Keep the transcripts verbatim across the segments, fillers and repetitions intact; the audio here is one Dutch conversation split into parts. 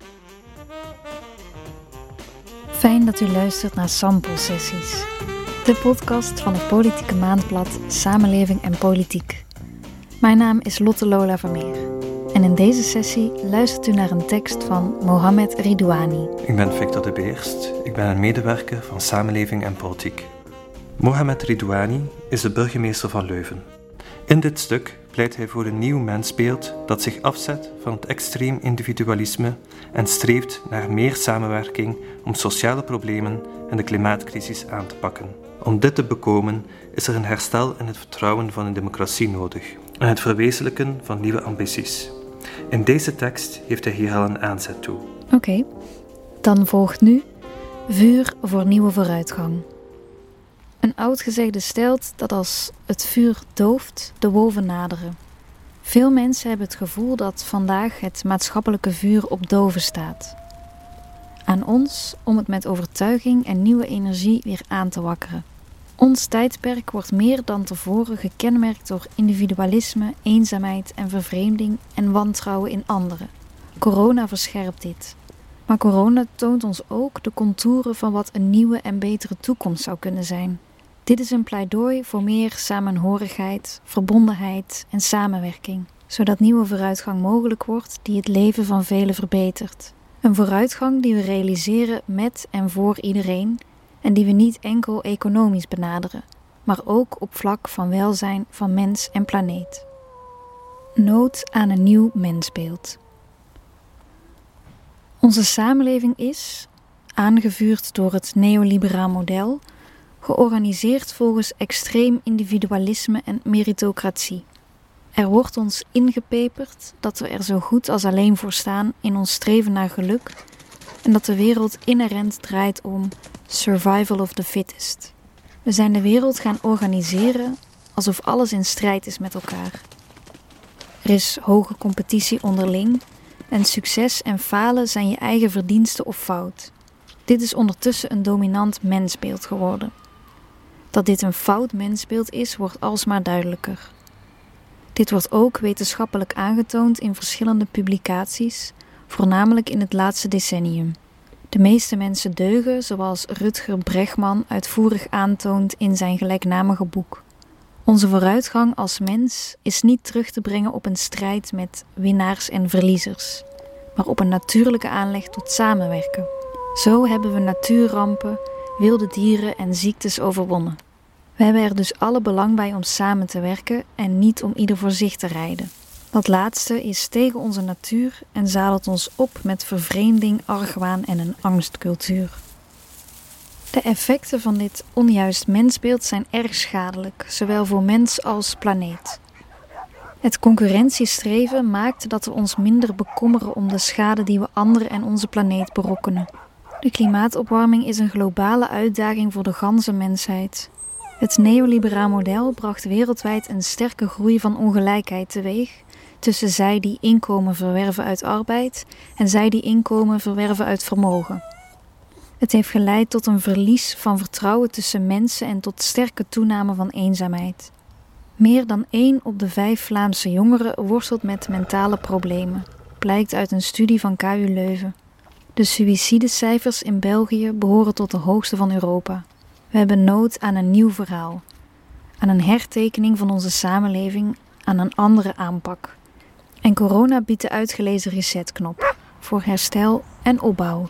Fijn dat u luistert naar Sample Sessies, de podcast van het politieke maandblad Samenleving en Politiek. Mijn naam is Lotte Lola Vermeer en in deze sessie luistert u naar een tekst van Mohamed Ridouani. Ik ben Victor de Beerst, ik ben een medewerker van Samenleving en Politiek. Mohamed Ridouani is de burgemeester van Leuven. In dit stuk pleit hij voor een nieuw mensbeeld dat zich afzet van het extreem individualisme en streeft naar meer samenwerking om sociale problemen en de klimaatcrisis aan te pakken. Om dit te bekomen is er een herstel in het vertrouwen van een democratie nodig en het verwezenlijken van nieuwe ambities. In deze tekst heeft hij hier al een aanzet toe. Oké, okay. Dan volgt nu Vuur voor nieuwe vooruitgang. Een oud gezegde stelt dat als het vuur dooft, de wolven naderen. Veel mensen hebben het gevoel dat vandaag het maatschappelijke vuur op doven staat. Aan ons om het met overtuiging en nieuwe energie weer aan te wakkeren. Ons tijdperk wordt meer dan tevoren gekenmerkt door individualisme, eenzaamheid en vervreemding en wantrouwen in anderen. Corona verscherpt dit. Maar corona toont ons ook de contouren van wat een nieuwe en betere toekomst zou kunnen zijn. Dit is een pleidooi voor meer samenhorigheid, verbondenheid en samenwerking, zodat nieuwe vooruitgang mogelijk wordt die het leven van velen verbetert. Een vooruitgang die we realiseren met en voor iedereen en die we niet enkel economisch benaderen, maar ook op vlak van welzijn van mens en planeet. Nood aan een nieuw mensbeeld. Onze samenleving is, aangevuurd door het neoliberaal model, georganiseerd volgens extreem individualisme en meritocratie. Er wordt ons ingepeperd dat we er zo goed als alleen voor staan in ons streven naar geluk en dat de wereld inherent draait om survival of the fittest. We zijn de wereld gaan organiseren alsof alles in strijd is met elkaar. Er is hoge competitie onderling en succes en falen zijn je eigen verdienste of fout. Dit is ondertussen een dominant mensbeeld geworden. Dat dit een fout mensbeeld is, wordt alsmaar duidelijker. Dit wordt ook wetenschappelijk aangetoond in verschillende publicaties, voornamelijk in het laatste decennium. De meeste mensen deugen, zoals Rutger Bregman uitvoerig aantoont in zijn gelijknamige boek. Onze vooruitgang als mens is niet terug te brengen op een strijd met winnaars en verliezers, maar op een natuurlijke aanleg tot samenwerken. Zo hebben we natuurrampen, wilde dieren en ziektes overwonnen. We hebben er dus alle belang bij om samen te werken en niet om ieder voor zich te rijden. Dat laatste is tegen onze natuur en zadelt ons op met vervreemding, argwaan en een angstcultuur. De effecten van dit onjuist mensbeeld zijn erg schadelijk, zowel voor mens als planeet. Het concurrentiestreven maakt dat we ons minder bekommeren om de schade die we anderen en onze planeet berokkenen. De klimaatopwarming is een globale uitdaging voor de ganse mensheid. Het neoliberaal model bracht wereldwijd een sterke groei van ongelijkheid teweeg tussen zij die inkomen verwerven uit arbeid en zij die inkomen verwerven uit vermogen. Het heeft geleid tot een verlies van vertrouwen tussen mensen en tot sterke toename van eenzaamheid. Meer dan één op de vijf Vlaamse jongeren worstelt met mentale problemen, blijkt uit een studie van K U Leuven. De suïcidecijfers in België behoren tot de hoogste van Europa. We hebben nood aan een nieuw verhaal, aan een hertekening van onze samenleving, aan een andere aanpak. En corona biedt de uitgelezen resetknop voor herstel en opbouw.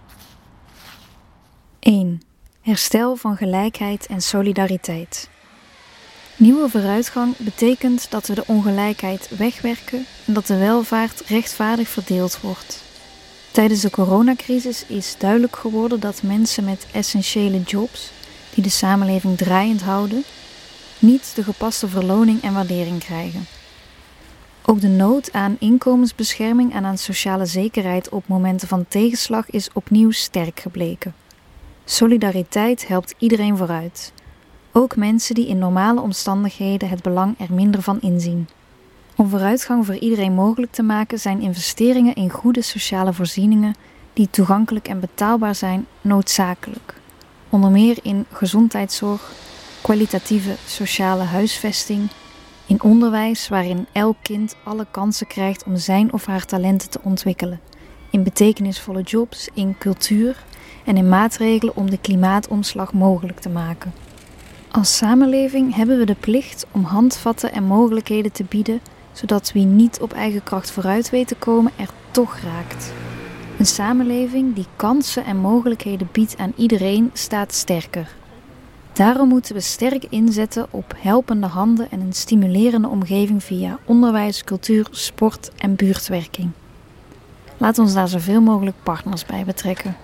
één. Herstel van gelijkheid en solidariteit. Nieuwe vooruitgang betekent dat we de ongelijkheid wegwerken en dat de welvaart rechtvaardig verdeeld wordt. Tijdens de coronacrisis is duidelijk geworden dat mensen met essentiële jobs, die de samenleving draaiend houden, niet de gepaste verloning en waardering krijgen. Ook de nood aan inkomensbescherming en aan sociale zekerheid op momenten van tegenslag is opnieuw sterk gebleken. Solidariteit helpt iedereen vooruit. Ook mensen die in normale omstandigheden het belang er minder van inzien. Om vooruitgang voor iedereen mogelijk te maken zijn investeringen in goede sociale voorzieningen die toegankelijk en betaalbaar zijn noodzakelijk. Onder meer in gezondheidszorg, kwalitatieve sociale huisvesting, in onderwijs waarin elk kind alle kansen krijgt om zijn of haar talenten te ontwikkelen, in betekenisvolle jobs, in cultuur en in maatregelen om de klimaatomslag mogelijk te maken. Als samenleving hebben we de plicht om handvatten en mogelijkheden te bieden, zodat wie niet op eigen kracht vooruit weet te komen er toch raakt. Een samenleving die kansen en mogelijkheden biedt aan iedereen staat sterker. Daarom moeten we sterk inzetten op helpende handen en een stimulerende omgeving via onderwijs, cultuur, sport en buurtwerking. Laat ons daar zoveel mogelijk partners bij betrekken.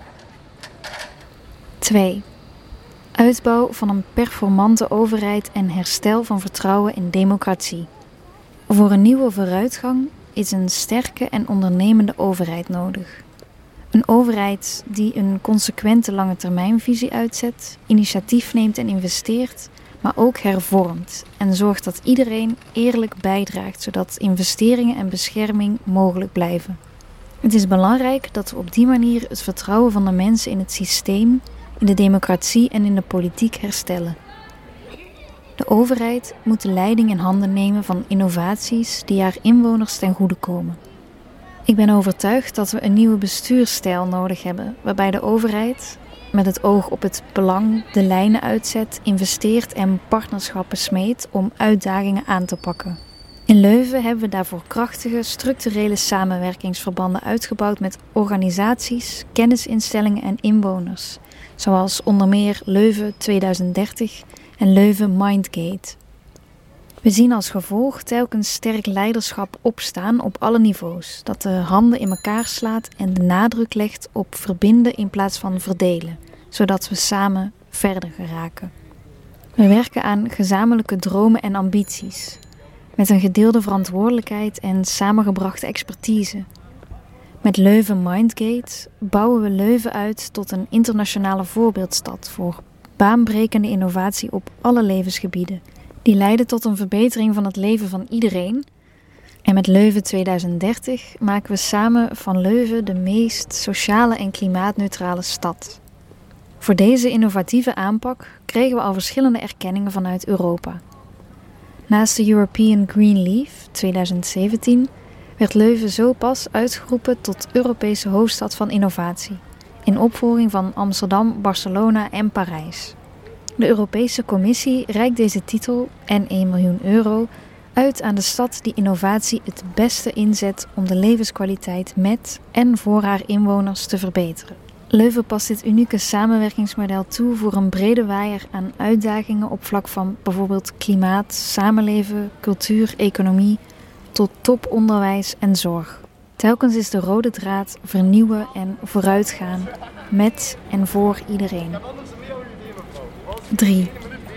twee. Uitbouw van een performante overheid en herstel van vertrouwen in democratie. Voor een nieuwe vooruitgang is een sterke en ondernemende overheid nodig. Een overheid die een consequente langetermijnvisie uitzet, initiatief neemt en investeert, maar ook hervormt en zorgt dat iedereen eerlijk bijdraagt, zodat investeringen en bescherming mogelijk blijven. Het is belangrijk dat we op die manier het vertrouwen van de mensen in het systeem, in de democratie en in de politiek herstellen. De overheid moet de leiding in handen nemen van innovaties die haar inwoners ten goede komen. Ik ben overtuigd dat we een nieuwe bestuursstijl nodig hebben, waarbij de overheid, met het oog op het belang, de lijnen uitzet, investeert en partnerschappen smeedt om uitdagingen aan te pakken. In Leuven hebben we daarvoor krachtige, structurele samenwerkingsverbanden uitgebouwd met organisaties, kennisinstellingen en inwoners, zoals onder meer Leuven tweeduizend dertig en Leuven Mindgate. We zien als gevolg telkens sterk leiderschap opstaan op alle niveaus, dat de handen in elkaar slaat en de nadruk legt op verbinden in plaats van verdelen, zodat we samen verder geraken. We werken aan gezamenlijke dromen en ambities, met een gedeelde verantwoordelijkheid en samengebrachte expertise. Met Leuven Mindgate bouwen we Leuven uit tot een internationale voorbeeldstad voor baanbrekende innovatie op alle levensgebieden, die leiden tot een verbetering van het leven van iedereen. En met Leuven tweeduizend dertig maken we samen van Leuven de meest sociale en klimaatneutrale stad. Voor deze innovatieve aanpak kregen we al verschillende erkenningen vanuit Europa. Naast de European Green Leaf tweeduizend zeventien werd Leuven zo pas uitgeroepen tot Europese hoofdstad van innovatie, in opvolging van Amsterdam, Barcelona en Parijs. De Europese Commissie reikt deze titel en één miljoen euro uit aan de stad die innovatie het beste inzet om de levenskwaliteit met en voor haar inwoners te verbeteren. Leuven past dit unieke samenwerkingsmodel toe voor een brede waaier aan uitdagingen op vlak van bijvoorbeeld klimaat, samenleven, cultuur, economie, tot toponderwijs en zorg. Telkens is de rode draad vernieuwen en vooruitgaan met en voor iedereen. drie.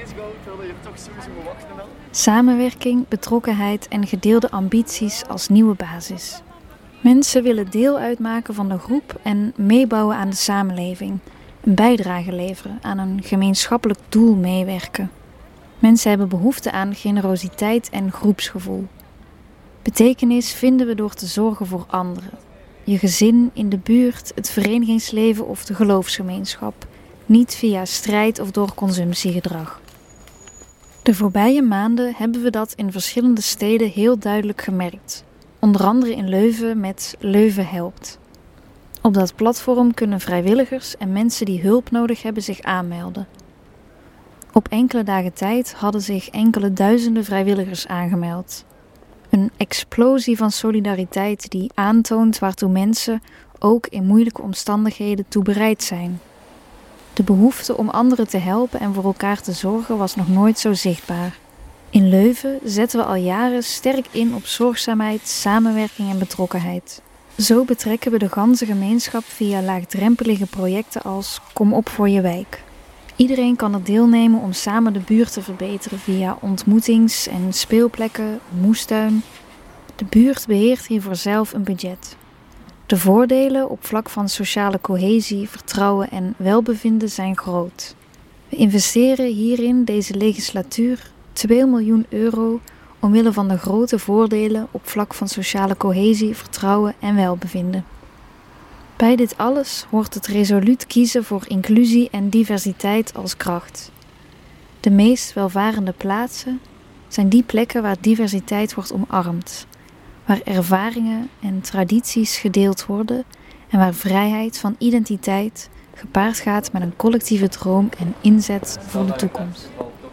Samenwerking, betrokkenheid en gedeelde ambities als nieuwe basis. Mensen willen deel uitmaken van de groep en meebouwen aan de samenleving, een bijdrage leveren, aan een gemeenschappelijk doel meewerken. Mensen hebben behoefte aan generositeit en groepsgevoel. Betekenis vinden we door te zorgen voor anderen. Je gezin, in de buurt, het verenigingsleven of de geloofsgemeenschap. Niet via strijd of door consumptiegedrag. De voorbije maanden hebben we dat in verschillende steden heel duidelijk gemerkt. Onder andere in Leuven met Leuven Helpt. Op dat platform kunnen vrijwilligers en mensen die hulp nodig hebben zich aanmelden. Op enkele dagen tijd hadden zich enkele duizenden vrijwilligers aangemeld. Een explosie van solidariteit die aantoont waartoe mensen, ook in moeilijke omstandigheden, toe bereid zijn. De behoefte om anderen te helpen en voor elkaar te zorgen was nog nooit zo zichtbaar. In Leuven zetten we al jaren sterk in op zorgzaamheid, samenwerking en betrokkenheid. Zo betrekken we de ganse gemeenschap via laagdrempelige projecten als Kom op voor je wijk. Iedereen kan er deelnemen om samen de buurt te verbeteren via ontmoetings- en speelplekken, moestuin. De buurt beheert hiervoor zelf een budget. De voordelen op vlak van sociale cohesie, vertrouwen en welbevinden zijn groot. We investeren hierin deze legislatuur twee miljoen euro omwille van de grote voordelen op vlak van sociale cohesie, vertrouwen en welbevinden. Bij dit alles hoort het resoluut kiezen voor inclusie en diversiteit als kracht. De meest welvarende plaatsen zijn die plekken waar diversiteit wordt omarmd, waar ervaringen en tradities gedeeld worden en waar vrijheid van identiteit gepaard gaat met een collectieve droom en inzet voor de toekomst.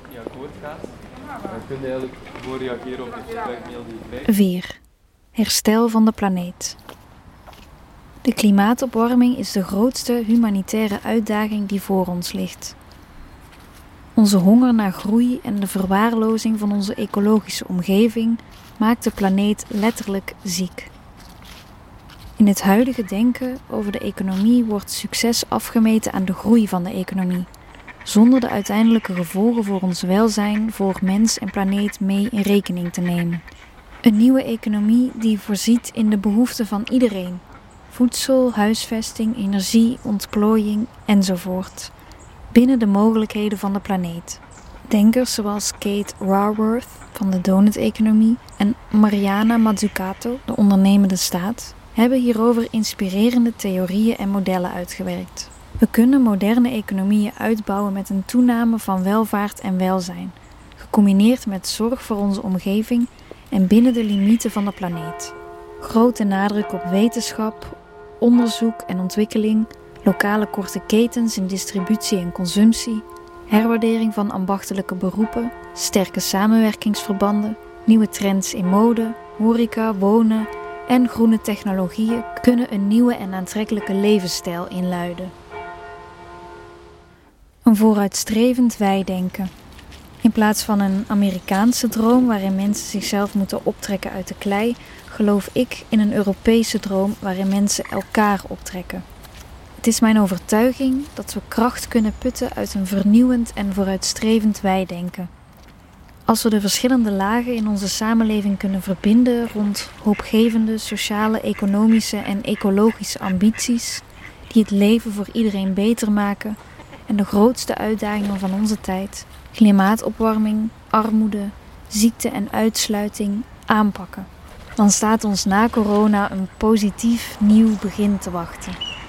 vier. Herstel van de planeet. De klimaatopwarming is de grootste humanitaire uitdaging die voor ons ligt. Onze honger naar groei en de verwaarlozing van onze ecologische omgeving maakt de planeet letterlijk ziek. In het huidige denken over de economie wordt succes afgemeten aan de groei van de economie, zonder de uiteindelijke gevolgen voor ons welzijn, voor mens en planeet mee in rekening te nemen. Een nieuwe economie die voorziet in de behoeften van iedereen: voedsel, huisvesting, energie, ontplooiing enzovoort, binnen de mogelijkheden van de planeet. Denkers zoals Kate Raworth van de donut-economie en Mariana Mazzucato, de ondernemende staat, hebben hierover inspirerende theorieën en modellen uitgewerkt. We kunnen moderne economieën uitbouwen met een toename van welvaart en welzijn, gecombineerd met zorg voor onze omgeving en binnen de limieten van de planeet. Grote nadruk op wetenschap, onderzoek en ontwikkeling, lokale korte ketens in distributie en consumptie, herwaardering van ambachtelijke beroepen, sterke samenwerkingsverbanden, nieuwe trends in mode, horeca, wonen en groene technologieën kunnen een nieuwe en aantrekkelijke levensstijl inluiden. Een vooruitstrevend wij-denken. In plaats van een Amerikaanse droom waarin mensen zichzelf moeten optrekken uit de klei, geloof ik in een Europese droom waarin mensen elkaar optrekken. Het is mijn overtuiging dat we kracht kunnen putten uit een vernieuwend en vooruitstrevend wij-denken. Als we de verschillende lagen in onze samenleving kunnen verbinden rond hoopgevende sociale, economische en ecologische ambities, die het leven voor iedereen beter maken en de grootste uitdagingen van onze tijd, klimaatopwarming, armoede, ziekte en uitsluiting, aanpakken, dan staat ons na corona een positief nieuw begin te wachten.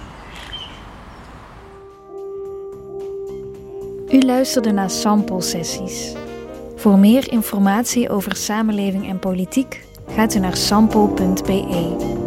U luisterde naar Sample Sessies. Voor meer informatie over samenleving en politiek gaat u naar sample punt b e.